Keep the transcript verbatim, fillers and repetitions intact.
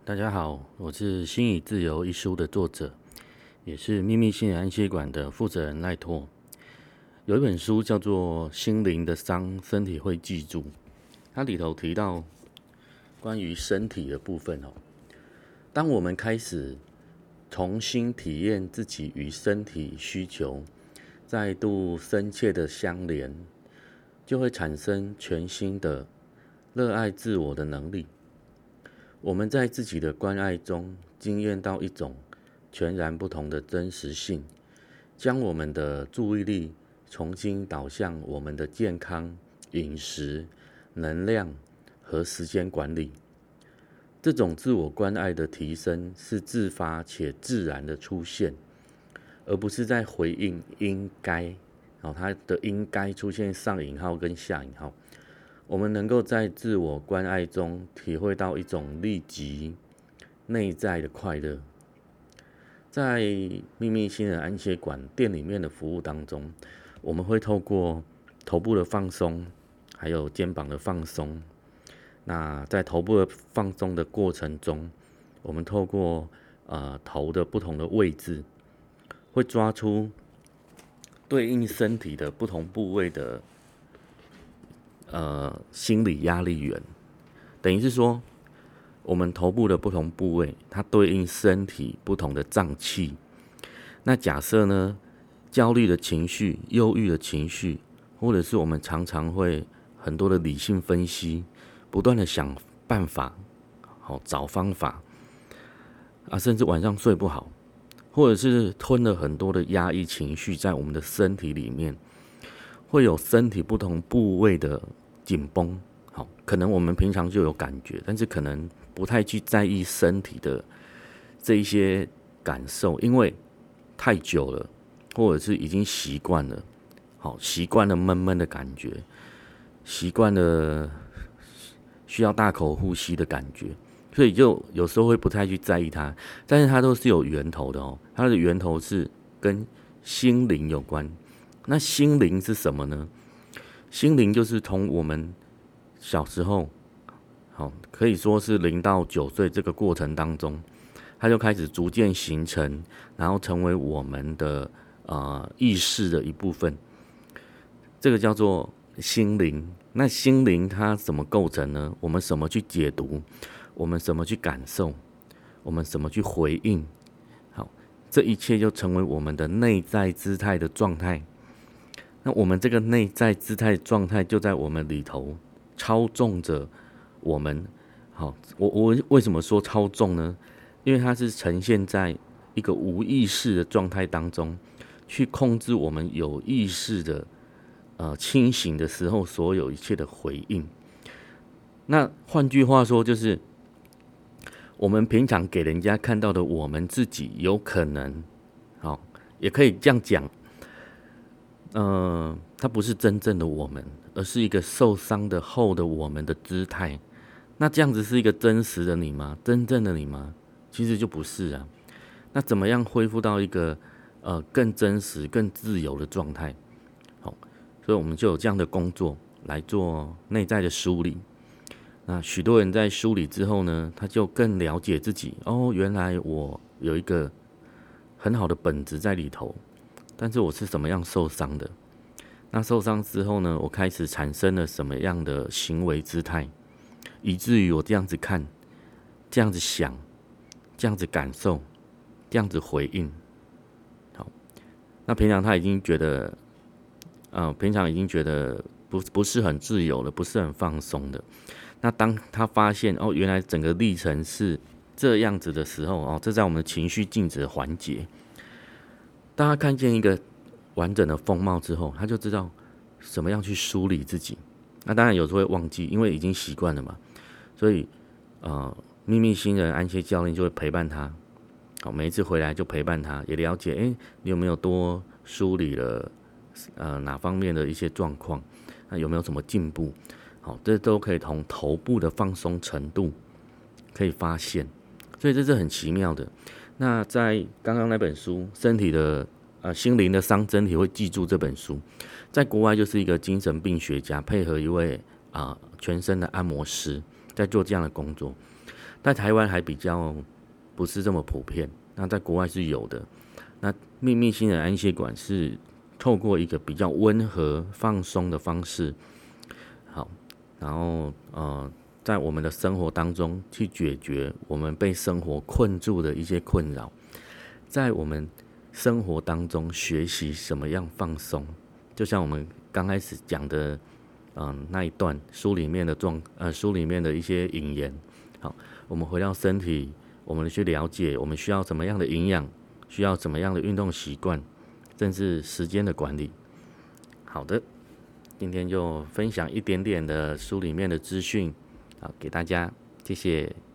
大家好，我是心已自由一书的作者，也是秘密心理安歇馆的负责人赖托。有一本书叫做《心灵的伤，身体会记住》，它里头提到关于身体的部分哦。当我们开始重新体验自己与身体需求再度深切的相连，就会产生全新的热爱自我的能力。我们在自己的关爱中经验到一种全然不同的真实性，将我们的注意力重新导向我们的健康、饮食、能量和时间管理。这种自我关爱的提升是自发且自然的出现，而不是在回应应该，哦，它的应该出现上引号跟下引号。我们能够在自我关爱中体会到一种立即内在的快乐。在秘密心人安歇馆店里面的服务当中，我们会透过头部的放松，还有肩膀的放松。那在头部的放松的过程中，我们透过呃头的不同的位置，会抓出对应身体的不同部位的呃，心理压力源，等于是说，我们头部的不同部位，它对应身体不同的脏器。那假设呢，焦虑的情绪、忧郁的情绪，或者是我们常常会很多的理性分析，不断的想办法，好找方法啊，甚至晚上睡不好，或者是吞了很多的压抑情绪在我们的身体里面，会有身体不同部位的紧绷，好，可能我们平常就有感觉，但是可能不太去在意身体的这一些感受，因为太久了，或者是已经习惯了，好，习惯了闷闷的感觉，习惯了需要大口呼吸的感觉，所以就有时候会不太去在意它，但是它都是有源头的哦，它的源头是跟心灵有关。那心灵是什么呢？心灵就是从我们小时候，好，可以说是零到九岁这个过程当中，它就开始逐渐形成，然后成为我们的呃意识的一部分。这个叫做心灵。那心灵它怎么构成呢？我们怎么去解读？我们怎么去感受？我们怎么去回应？好，这一切就成为我们的内在姿态的状态。那我们这个内在姿态状态就在我们里头操纵着我们。好，我我为什么说操纵呢？因为它是呈现在一个无意识的状态当中，去控制我们有意识的呃清醒的时候所有一切的回应。那换句话说，就是我们平常给人家看到的我们自己，有可能，好，也可以这样讲。呃，它不是真正的我们，而是一个受伤的后的我们的姿态。那这样子是一个真实的你吗？真正的你吗？其实就不是啊。那怎么样恢复到一个呃更真实、更自由的状态？好，所以我们就有这样的工作来做内在的梳理。那许多人在梳理之后呢，他就更了解自己。哦，原来我有一个很好的本质在里头。但是我是怎么样受伤的？那受伤之后呢？我开始产生了什么样的行为姿态，以至于我这样子看、这样子想、这样子感受、这样子回应。好，那平常他已经觉得，呃，平常已经觉得不不是很自由了，不是很放松的。那当他发现哦，原来整个历程是这样子的时候，哦，这在我们的情绪静止的环节。当他看见一个完整的风貌之后，他就知道怎么样去梳理自己。那当然有时候会忘记，因为已经习惯了嘛。所以，呃，秘密新人安歇教练就会陪伴他，好，每一次回来就陪伴他，也了解，哎，你有没有多梳理了，呃，哪方面的一些状况，那有没有什么进步？好，这都可以从头部的放松程度可以发现，所以这是很奇妙的。那在刚刚那本书《身体的呃心灵的伤，身体会记住》这本书，在国外就是一个精神病学家配合一位啊、呃、全身的按摩师，在做这样的工作。 在台湾还比较不是这么普遍，那在国外是有的。那秘密性的安歇管是透过一个比较温和放松的方式，好，然后呃，在我们的生活当中去解决我们被生活困住的一些困扰，在我们生活当中学习什么样放松，就像我们刚开始讲的，嗯、呃，那一段书里面的状，呃，书里面的一些引言，好，我们回到身体，我们去了解我们需要什么样的营养，需要怎么样的运动习惯，甚至时间的管理。好的，今天就分享一点点的书里面的资讯，好，给大家，谢谢。